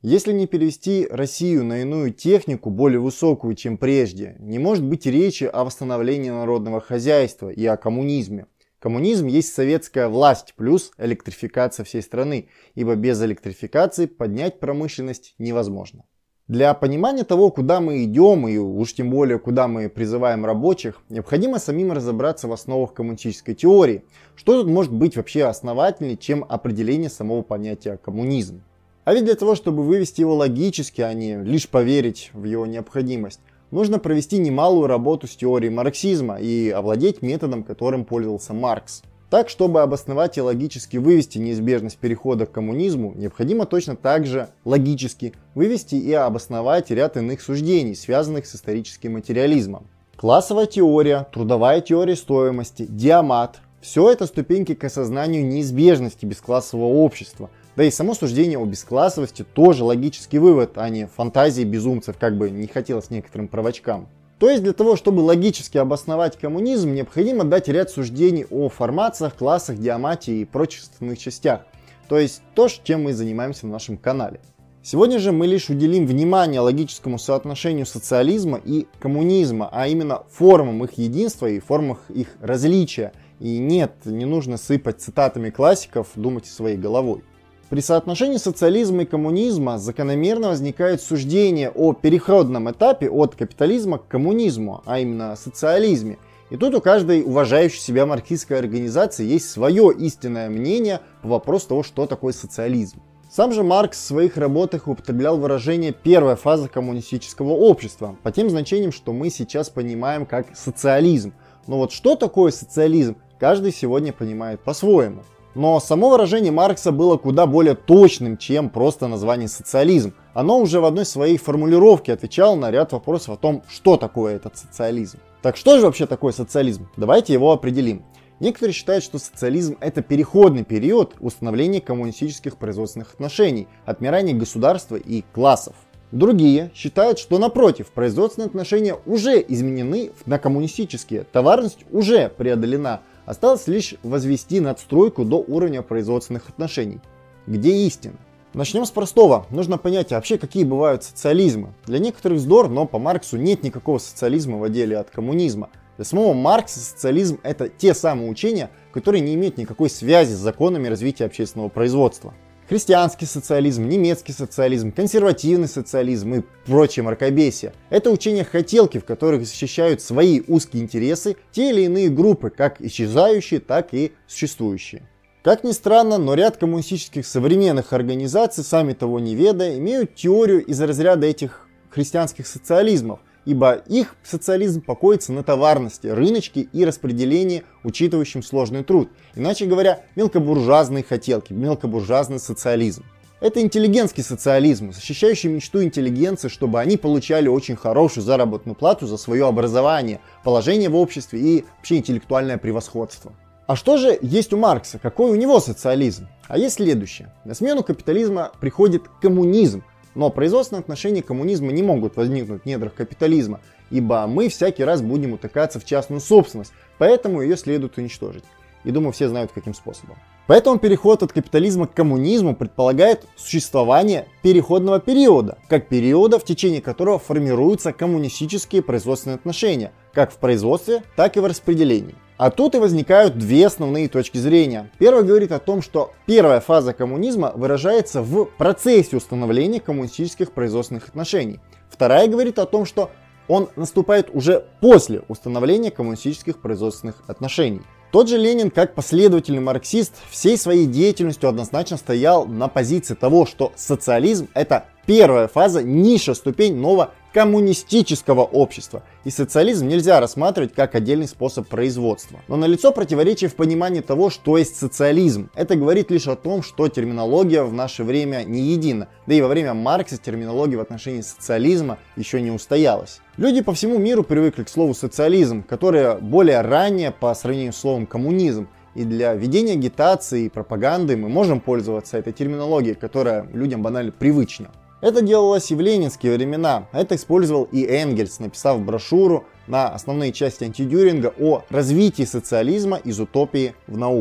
Если не перевести Россию на иную технику, более высокую, чем прежде, не может быть речи о восстановлении народного хозяйства и о коммунизме. Коммунизм есть советская власть плюс электрификация всей страны, ибо без электрификации поднять промышленность невозможно. Для понимания того, куда мы идем и уж тем более куда мы призываем рабочих, необходимо самим разобраться в основах коммунистической теории. Что тут может быть вообще основательнее, чем определение самого понятия коммунизм? А ведь для того, чтобы вывести его логически, а не лишь поверить в его необходимость, нужно провести немалую работу с теорией марксизма и овладеть методом, которым пользовался Маркс. Так, чтобы обосновать и логически вывести неизбежность перехода к коммунизму, необходимо точно так же логически вывести и обосновать ряд иных суждений, связанных с историческим материализмом. Классовая теория, трудовая теория стоимости, диамат – все это ступеньки к осознанию неизбежности бесклассового общества. Да и само суждение о бесклассовости тоже логический вывод, а не фантазии безумцев, как бы не хотелось некоторым правочкам. То есть для того, чтобы логически обосновать коммунизм, необходимо дать ряд суждений о формациях, классах, диамате и прочих составных частях. То есть то, чем мы занимаемся на нашем канале. Сегодня же мы лишь уделим внимание логическому соотношению социализма и коммунизма, а именно формам их единства и формах их различия. И нет, не нужно сыпать цитатами классиков, думайте своей головой. При соотношении социализма и коммунизма закономерно возникает суждение о переходном этапе от капитализма к коммунизму, а именно о социализме. И тут у каждой уважающей себя марксистской организации есть свое истинное мнение по вопросу того, что такое социализм. Сам же Маркс в своих работах употреблял выражение «первая фаза коммунистического общества» по тем значениям, что мы сейчас понимаем как социализм. Но вот что такое социализм, каждый сегодня понимает по-своему. Но само выражение Маркса было куда более точным, чем просто название социализм. Оно уже в одной своей формулировке отвечало на ряд вопросов о том, что такое этот социализм. Так что же вообще такое социализм? Давайте его определим. Некоторые считают, что социализм – это переходный период установления коммунистических производственных отношений, отмирания государства и классов. Другие считают, что напротив, производственные отношения уже изменены на коммунистические, товарность уже преодолена. Осталось лишь возвести надстройку до уровня производственных отношений. Где истина? Начнем с простого. Нужно понять, а вообще какие бывают социализмы. Для некоторых вздор, но по Марксу нет никакого социализма в отделе от коммунизма. Для самого Маркса социализм – это те самые учения, которые не имеют никакой связи с законами развития общественного производства. Христианский социализм, немецкий социализм, консервативный социализм и прочее мракобесие – это учения хотелки, в которых защищают свои узкие интересы те или иные группы, как исчезающие, так и существующие. Как ни странно, но ряд коммунистических современных организаций, сами того не ведая, имеют теорию из разряда этих христианских социализмов, ибо их социализм покоится на товарности, рыночке и распределении, учитывающем сложный труд. Иначе говоря, мелкобуржуазные хотелки, мелкобуржуазный социализм. Это интеллигентский социализм, защищающий мечту интеллигенции, чтобы они получали очень хорошую заработную плату за свое образование, положение в обществе и вообще интеллектуальное превосходство. А что же есть у Маркса? Какой у него социализм? А есть следующее. На смену капитализма приходит коммунизм. Но производственные отношения коммунизма не могут возникнуть в недрах капитализма, ибо мы всякий раз будем утыкаться в частную собственность, поэтому ее следует уничтожить. И думаю, все знают, каким способом. Поэтому переход от капитализма к коммунизму предполагает существование переходного периода, как периода, в течение которого формируются коммунистические производственные отношения, как в производстве, так и в распределении. А тут и возникают две основные точки зрения. Первая говорит о том, что первая фаза коммунизма выражается в процессе установления коммунистических производственных отношений. Вторая говорит о том, что он наступает уже после установления коммунистических производственных отношений. Тот же Ленин, как последовательный марксист, всей своей деятельностью однозначно стоял на позиции того, что социализм – это первая фаза, низшая ступень нового коммунистического общества. И социализм нельзя рассматривать как отдельный способ производства. Но налицо противоречие в понимании того, что есть социализм. Это говорит лишь о том, что терминология в наше время не едина. Да и во время Маркса терминология в отношении социализма еще не устоялась. Люди по всему миру привыкли к слову социализм, которое более раннее по сравнению с словом коммунизм. И для ведения агитации и пропаганды мы можем пользоваться этой терминологией, которая людям банально привычна. Это делалось и в ленинские времена. Это использовал и Энгельс, написав брошюру на основные части антидюринга о развитии социализма из утопии в науку.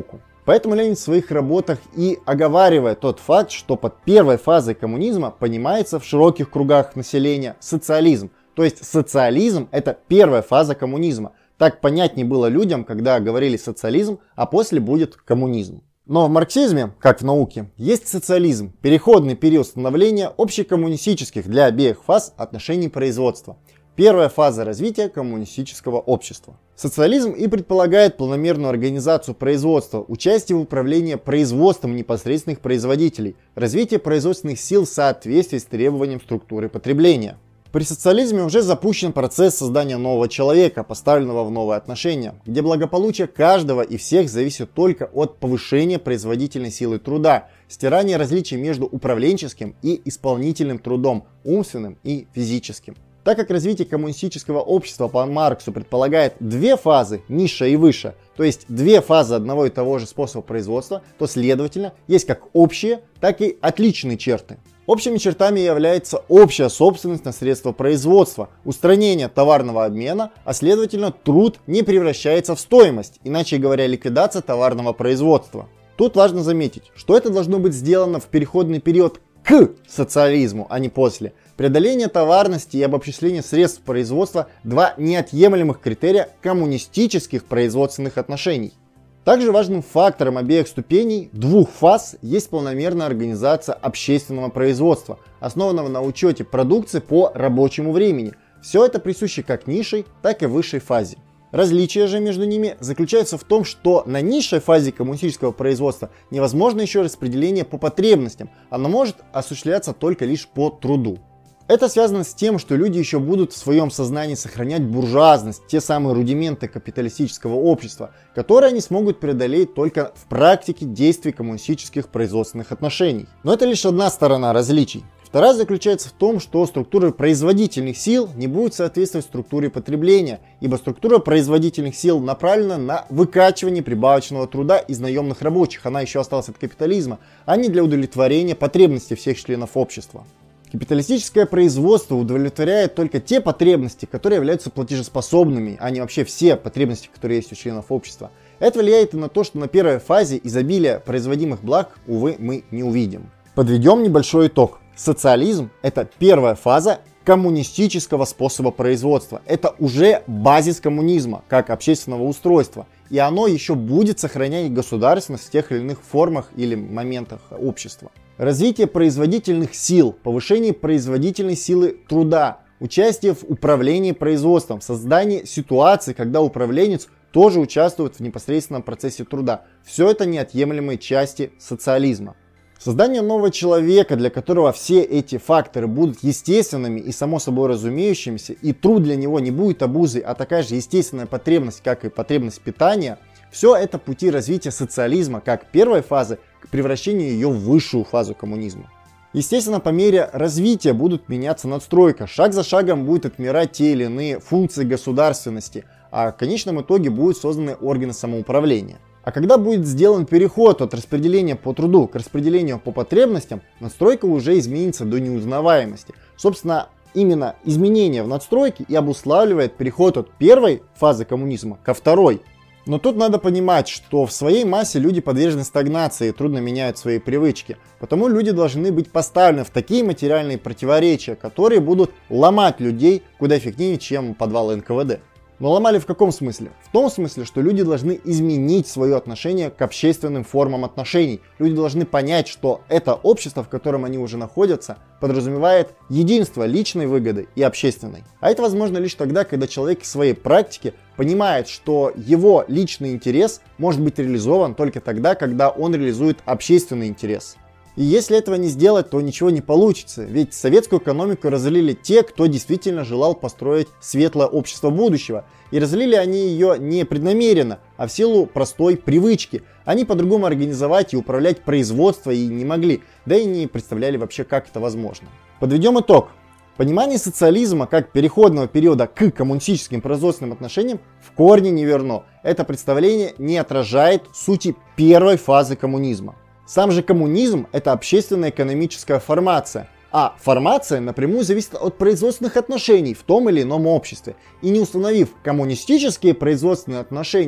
Поэтому Ленин в своих работах и оговаривает тот факт, что под первой фазой коммунизма понимается в широких кругах населения социализм. То есть социализм — это первая фаза коммунизма. Так понятнее было людям, когда говорили социализм, а после будет коммунизм. Но в марксизме, как в науке, есть социализм, переходный период становления общекоммунистических для обеих фаз отношений производства. Первая фаза развития коммунистического общества. Социализм и предполагает планомерную организацию производства, участие в управлении производством непосредственных производителей, развитие производственных сил в соответствии с требованием структуры потребления. При социализме уже запущен процесс создания нового человека, поставленного в новые отношения, где благополучие каждого и всех зависит только от повышения производительной силы труда, стирания различий между управленческим и исполнительным трудом, умственным и физическим. Так как развитие коммунистического общества по Марксу предполагает две фазы, низшая и высшая, то есть две фазы одного и того же способа производства, то следовательно есть как общие, так и отличные черты. Общими чертами является общая собственность на средства производства, устранение товарного обмена, а следовательно труд не превращается в стоимость, иначе говоря, ликвидация товарного производства. Тут важно заметить, что это должно быть сделано в переходный период к социализму, а не после. Преодоление товарности и обобщение средств производства – два неотъемлемых критерия коммунистических производственных отношений. Также важным фактором обеих ступеней двух фаз есть планомерная организация общественного производства, основанного на учете продукции по рабочему времени. Все это присуще как низшей, так и высшей фазе. Различие же между ними заключается в том, что на низшей фазе коммунистического производства невозможно еще распределение по потребностям, оно может осуществляться только лишь по труду. Это связано с тем, что люди еще будут в своем сознании сохранять буржуазность, те самые рудименты капиталистического общества, которые они смогут преодолеть только в практике действий коммунистических производственных отношений. Но это лишь одна сторона различий. Вторая заключается в том, что структура производительных сил не будет соответствовать структуре потребления, ибо структура производительных сил направлена на выкачивание прибавочного труда из наемных рабочих, она еще осталась от капитализма, а не для удовлетворения потребностей всех членов общества. Капиталистическое производство удовлетворяет только те потребности, которые являются платежеспособными, а не вообще все потребности, которые есть у членов общества. Это влияет и на то, что на первой фазе изобилия производимых благ, увы, мы не увидим. Подведем небольшой итог. Социализм – это первая фаза коммунистического способа производства. Это уже базис коммунизма, как общественного устройства. И оно еще будет сохранять государственность в тех или иных формах или моментах общества. Развитие производительных сил, повышение производительной силы труда, участие в управлении производством, создание ситуации, когда управленец тоже участвует в непосредственном процессе труда. Все это неотъемлемые части социализма. Создание нового человека, для которого все эти факторы будут естественными и само собой разумеющимися, и труд для него не будет обузой, а такая же естественная потребность, как и потребность питания, все это пути развития социализма как первой фазы к превращению ее в высшую фазу коммунизма. Естественно, по мере развития будут меняться надстройка, шаг за шагом будет отмирать те или иные функции государственности, а в конечном итоге будут созданы органы самоуправления. А когда будет сделан переход от распределения по труду к распределению по потребностям, надстройка уже изменится до неузнаваемости. Собственно, именно изменение в надстройке и обуславливает переход от первой фазы коммунизма ко второй. Но тут надо понимать, что в своей массе люди подвержены стагнации и трудно меняют свои привычки. Потому люди должны быть поставлены в такие материальные противоречия, которые будут ломать людей куда эффективнее, чем подвалы НКВД. Но ломали в каком смысле? В том смысле, что люди должны изменить свое отношение к общественным формам отношений. Люди должны понять, что это общество, в котором они уже находятся, подразумевает единство личной выгоды и общественной. А это возможно лишь тогда, когда человек в своей практике понимает, что его личный интерес может быть реализован только тогда, когда он реализует общественный интерес. И если этого не сделать, то ничего не получится, ведь советскую экономику разлили те, кто действительно желал построить светлое общество будущего. И разлили они ее не преднамеренно, а в силу простой привычки. Они по-другому организовать и управлять производством и не могли, да и не представляли вообще, как это возможно. Подведем итог. Понимание социализма как переходного периода к коммунистическим производственным отношениям в корне неверно. Это представление не отражает сути первой фазы коммунизма. Сам же коммунизм – это общественная экономическая формация, а формация напрямую зависит от производственных отношений в том или ином обществе. И не установив коммунистические производственные отношения,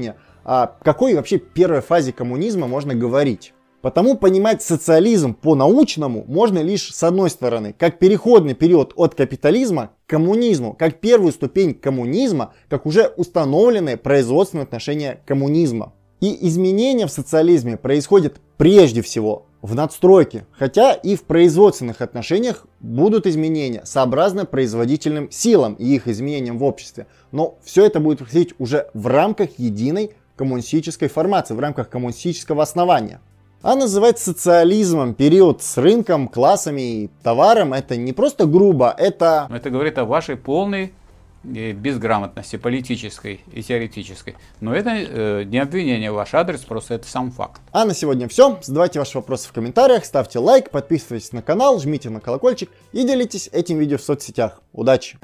о какой вообще первой фазе коммунизма можно говорить. Потому понимать социализм по-научному можно лишь с одной стороны, как переходный период от капитализма к коммунизму, как первую ступень коммунизма, как уже установленные производственные отношения коммунизма. И изменения в социализме происходят прежде всего в надстройке, хотя и в производственных отношениях будут изменения сообразно производительным силам и их изменениям в обществе. Но все это будет происходить уже в рамках единой коммунистической формации, в рамках коммунистического основания. А называть социализмом период с рынком, классами и товаром — это не просто грубо, это говорит о вашей полной безграмотности политической и теоретической. Но это не обвинение в ваш адрес, просто это сам факт. А на сегодня все. Задавайте ваши вопросы в комментариях, ставьте лайк, подписывайтесь на канал, жмите на колокольчик и делитесь этим видео в соцсетях. Удачи!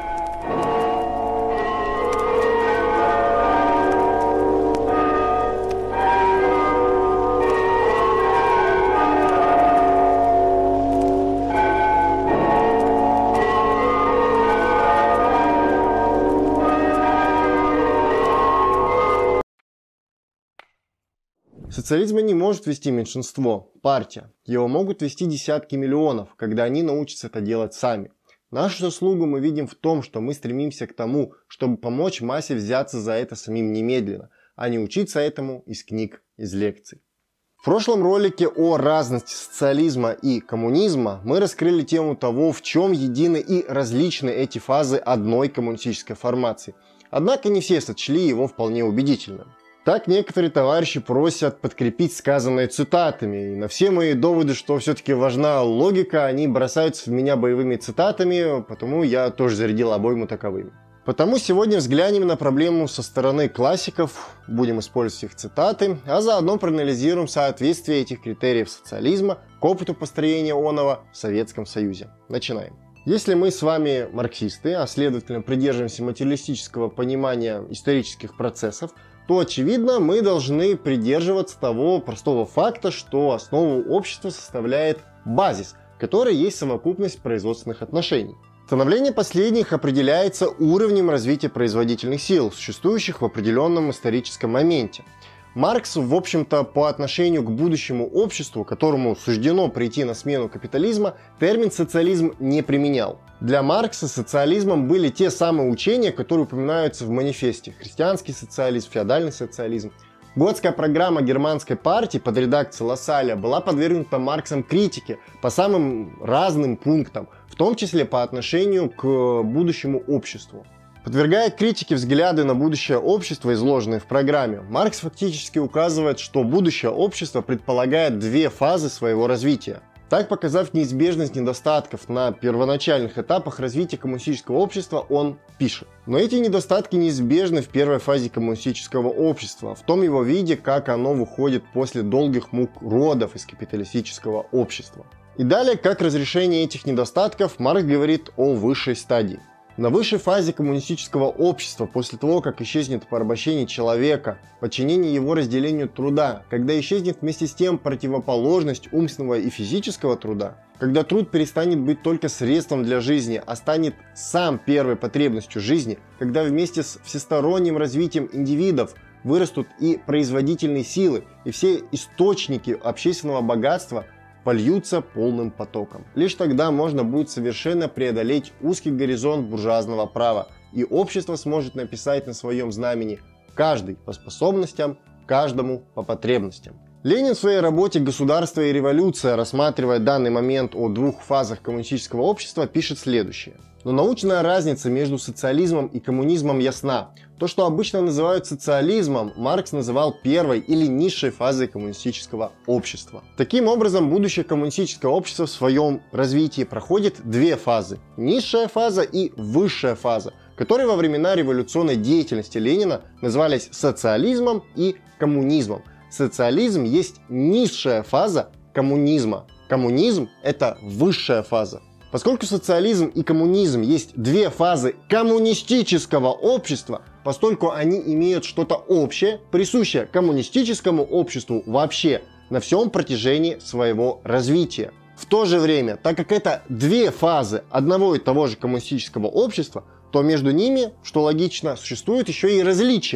Социализм не может вести меньшинство, партия. Его могут вести десятки миллионов, когда они научатся это делать сами. Нашу заслугу мы видим в том, что мы стремимся к тому, чтобы помочь массе взяться за это самим немедленно, а не учиться этому из книг, из лекций. В прошлом ролике о разности социализма и коммунизма мы раскрыли тему того, в чем едины и различны эти фазы одной коммунистической формации. Однако не все сочли его вполне убедительным. Так некоторые товарищи просят подкрепить сказанное цитатами, и на все мои доводы, что все-таки важна логика, они бросаются в меня боевыми цитатами, потому я тоже зарядил обойму таковыми. Потому сегодня взглянем на проблему со стороны классиков, будем использовать их цитаты, а заодно проанализируем соответствие этих критериев социализма к опыту построения оного в Советском Союзе. Начинаем. Если мы с вами марксисты, а следовательно придерживаемся материалистического понимания исторических процессов, то, очевидно, мы должны придерживаться того простого факта, что основу общества составляет базис, который есть совокупность производственных отношений. Становление последних определяется уровнем развития производительных сил, существующих в определенном историческом моменте. Маркс, в общем-то, по отношению к будущему обществу, которому суждено прийти на смену капитализма, термин «социализм» не применял. Для Маркса социализмом были те самые учения, которые упоминаются в манифесте: христианский социализм, феодальный социализм. Готская программа германской партии под редакцией Лассаля была подвергнута Марксом критике по самым разным пунктам, в том числе по отношению к будущему обществу. Подвергая критике взгляды на будущее общество, изложенные в программе, Маркс фактически указывает, что будущее общество предполагает две фазы своего развития. Так, показав неизбежность недостатков на первоначальных этапах развития коммунистического общества, он пишет: но эти недостатки неизбежны в первой фазе коммунистического общества, в том его виде, как оно выходит после долгих мук родов из капиталистического общества. И далее, как разрешение этих недостатков, Маркс говорит о высшей стадии. На высшей фазе коммунистического общества, после того, как исчезнет порабощение человека, подчинение его разделению труда, когда исчезнет вместе с тем противоположность умственного и физического труда, когда труд перестанет быть только средством для жизни, а станет сам первой потребностью жизни, когда вместе с всесторонним развитием индивидов вырастут и производительные силы, и все источники общественного богатства польются полным потоком. Лишь тогда можно будет совершенно преодолеть узкий горизонт буржуазного права, и общество сможет написать на своем знамени: каждый по способностям, каждому по потребностям. Ленин в своей работе «Государство и революция», рассматривая данный момент о двух фазах коммунистического общества, пишет следующее: но научная разница между социализмом и коммунизмом ясна. То, что обычно называют социализмом, Маркс называл первой или низшей фазой коммунистического общества. Таким образом, будущее коммунистическое общество в своем развитии проходит две фазы: низшая фаза и высшая фаза, которые во времена революционной деятельности Ленина назывались социализмом и коммунизмом. Социализм есть низшая фаза коммунизма. Коммунизм – это высшая фаза. Поскольку социализм и коммунизм есть две фазы коммунистического общества, постольку они имеют что-то общее, присущее коммунистическому обществу вообще на всем протяжении своего развития. В то же время, так как это две фазы одного и того же коммунистического общества, то между ними, что логично, существуют еще и различия,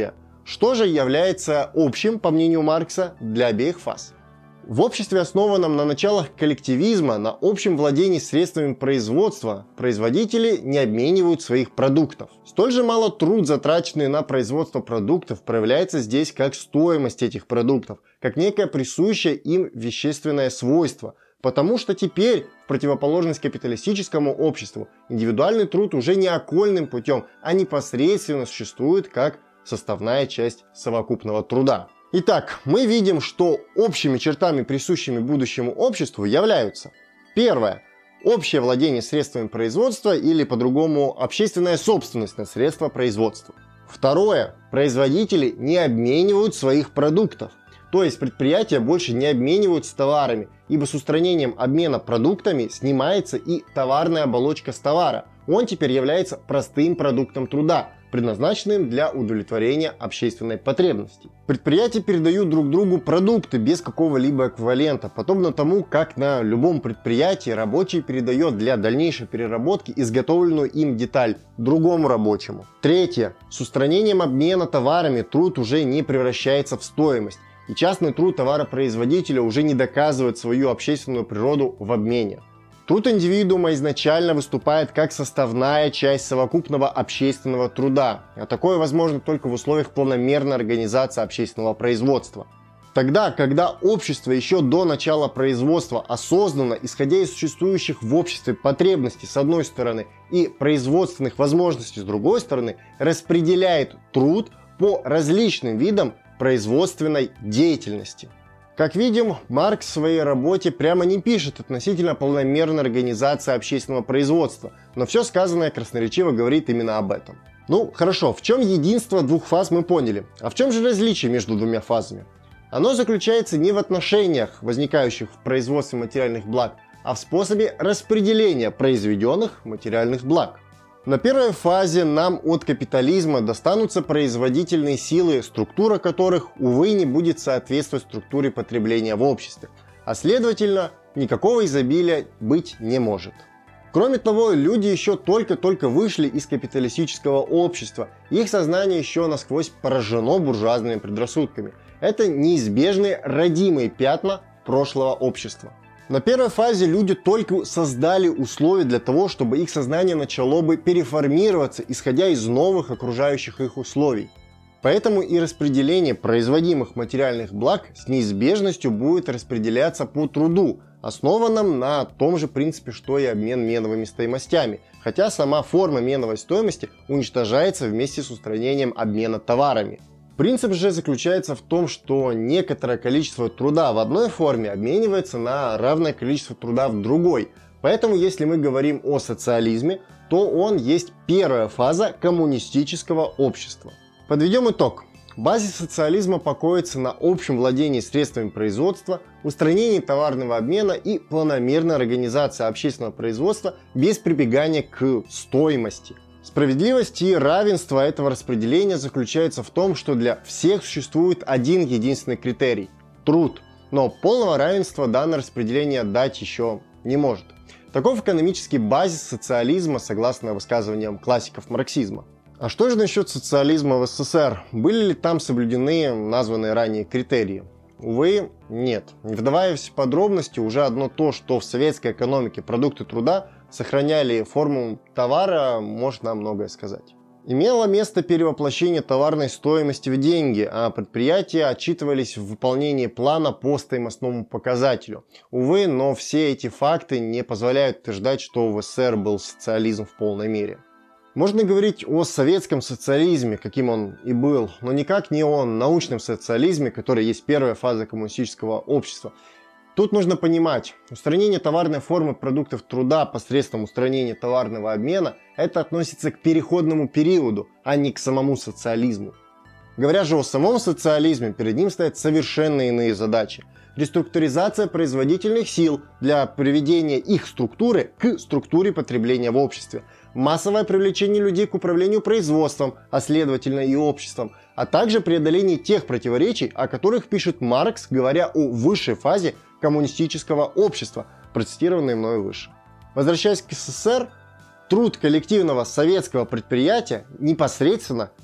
Что же является общим, по мнению Маркса, для обеих фаз? В обществе, основанном на началах коллективизма, на общем владении средствами производства, производители не обменивают своих продуктов. Столь же мало труд, затраченный на производство продуктов, проявляется здесь как стоимость этих продуктов, как некое присущее им вещественное свойство. Потому что теперь, в противоположность капиталистическому обществу, индивидуальный труд уже не окольным путем, а непосредственно существует как составная часть совокупного труда. Итак, мы видим, что общими чертами, присущими будущему обществу, являются: первое – общее владение средствами производства или, по-другому, общественная собственность на средства производства. Второе – производители не обменивают своих продуктов. То есть предприятия больше не обмениваются товарами, ибо с устранением обмена продуктами снимается и товарная оболочка с товара. Он теперь является простым продуктом труда, предназначенным для удовлетворения общественной потребности. Предприятия передают друг другу продукты без какого-либо эквивалента, подобно тому, как на любом предприятии рабочий передает для дальнейшей переработки изготовленную им деталь другому рабочему. Третье. С устранением обмена товарами труд уже не превращается в стоимость, и частный труд товаропроизводителя уже не доказывает свою общественную природу в обмене. Труд индивидуума изначально выступает как составная часть совокупного общественного труда, а такое возможно только в условиях планомерной организации общественного производства. Тогда, когда общество еще до начала производства осознанно, исходя из существующих в обществе потребностей с одной стороны и производственных возможностей с другой стороны, распределяет труд по различным видам производственной деятельности. Как видим, Маркс в своей работе прямо не пишет относительно планомерной организации общественного производства, но все сказанное красноречиво говорит именно об этом. Ну, хорошо, в чем единство двух фаз мы поняли, а в чем же различие между двумя фазами? Оно заключается не в отношениях, возникающих в производстве материальных благ, а в способе распределения произведенных материальных благ. На первой фазе нам от капитализма достанутся производительные силы, структура которых, увы, не будет соответствовать структуре потребления в обществе, а следовательно, никакого изобилия быть не может. Кроме того, люди еще только-только вышли из капиталистического общества, и их сознание еще насквозь поражено буржуазными предрассудками. Это неизбежные родимые пятна прошлого общества. На первой фазе люди только создали условия для того, чтобы их сознание начало бы переформироваться, исходя из новых окружающих их условий. Поэтому и распределение производимых материальных благ с неизбежностью будет распределяться по труду, основанном на том же принципе, что и обмен меновыми стоимостями, хотя сама форма меновой стоимости уничтожается вместе с устранением обмена товарами. Принцип же заключается в том, что некоторое количество труда в одной форме обменивается на равное количество труда в другой. Поэтому, если мы говорим о социализме, то он есть первая фаза коммунистического общества. Подведем итог. Базис социализма покоится на общем владении средствами производства, устранении товарного обмена и планомерной организации общественного производства без прибегания к стоимости. Справедливость и равенство этого распределения заключается в том, что для всех существует один единственный критерий – труд. Но полного равенства данное распределение дать еще не может. Таков экономический базис социализма, согласно высказываниям классиков марксизма. А что же насчет социализма в СССР? Были ли там соблюдены названные ранее критерии? Увы, нет. Не вдаваясь в подробности, уже одно то, что в советской экономике продукты труда сохраняли форму товара, может нам многое сказать. Имело место перевоплощение товарной стоимости в деньги, а предприятия отчитывались в выполнении плана по стоимостному показателю. Увы, но все эти факты не позволяют утверждать, что в СССР был социализм в полной мере. Можно говорить о советском социализме, каким он и был, но никак не о научном социализме, который есть первая фаза коммунистического общества. Тут нужно понимать, устранение товарной формы продуктов труда посредством устранения товарного обмена – это относится к переходному периоду, а не к самому социализму. Говоря же о самом социализме, перед ним стоят совершенно иные задачи. Реструктуризация производительных сил для приведения их структуры к структуре потребления в обществе, массовое привлечение людей к управлению производством, а следовательно и обществом, а также преодоление тех противоречий, о которых пишет Маркс, говоря о высшей фазе коммунистического общества, процитированной мной выше. Возвращаясь к СССР, труд коллективного советского предприятия непосредственно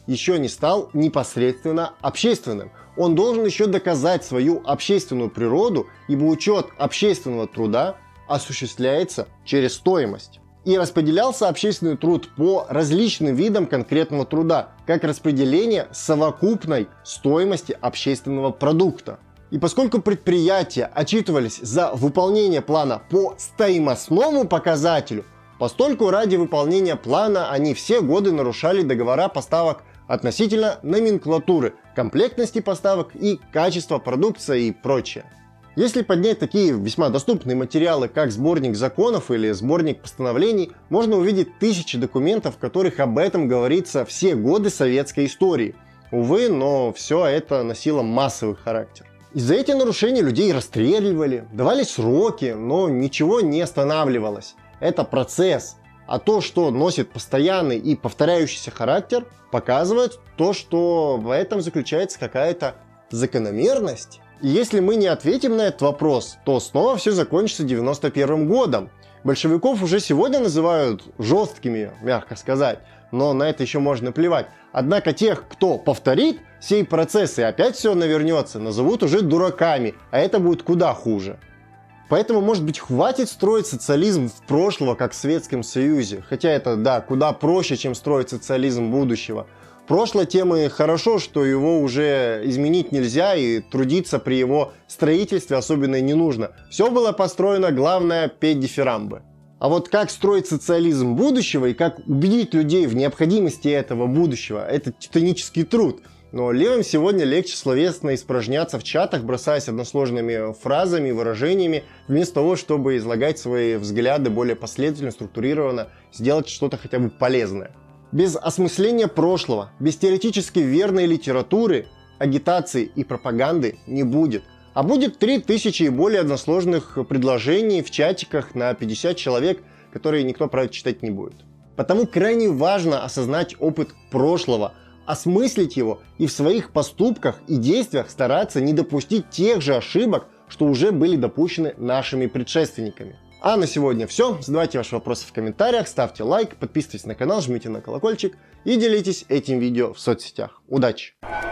еще не стал непосредственно общественным. Он должен еще доказать свою общественную природу, ибо учет общественного труда осуществляется через стоимость. И распределялся общественный труд по различным видам конкретного труда, как распределение совокупной стоимости общественного продукта. И поскольку предприятия отчитывались за выполнение плана по стоимостному показателю, постольку ради выполнения плана они все годы нарушали договора поставок относительно номенклатуры, комплектности поставок и качества продукции и прочее. Если поднять такие весьма доступные материалы, как сборник законов или сборник постановлений, можно увидеть тысячи документов, в которых об этом говорится все годы советской истории. Увы, но все это носило массовый характер. Из-за этих нарушений людей расстреливали, давали сроки, но ничего не останавливалось. Это процесс. А то, что носит постоянный и повторяющийся характер, показывает то, что в этом заключается какая-то закономерность. И если мы не ответим на этот вопрос, то снова все закончится 91 годом. Большевиков уже сегодня называют жесткими, мягко сказать, но на это еще можно плевать. Однако тех, кто повторит сей процесс и опять все навернется, назовут уже дураками, а это будет куда хуже. Поэтому, может быть, хватит строить социализм в прошлого, как в Советском Союзе. Хотя это, да, куда проще, чем строить социализм будущего. Прошлой темы хорошо, что его уже изменить нельзя и трудиться при его строительстве особенно не нужно. Все было построено, главное, петь дифирамбы. А вот как строить социализм будущего и как убедить людей в необходимости этого будущего, это титанический труд. Но левым сегодня легче словесно испражняться в чатах, бросаясь односложными фразами, выражениями, вместо того, чтобы излагать свои взгляды более последовательно, структурированно, сделать что-то хотя бы полезное. Без осмысления прошлого, без теоретически верной литературы, агитации и пропаганды не будет. А будет 3000 и более односложных предложений в чатиках на 50 человек, которые никто, правда, читать не будет. Потому крайне важно осознать опыт прошлого, осмыслить его и в своих поступках и действиях стараться не допустить тех же ошибок, что уже были допущены нашими предшественниками. А на сегодня все. Задавайте ваши вопросы в комментариях, ставьте лайк, подписывайтесь на канал, жмите на колокольчик и делитесь этим видео в соцсетях. Удачи!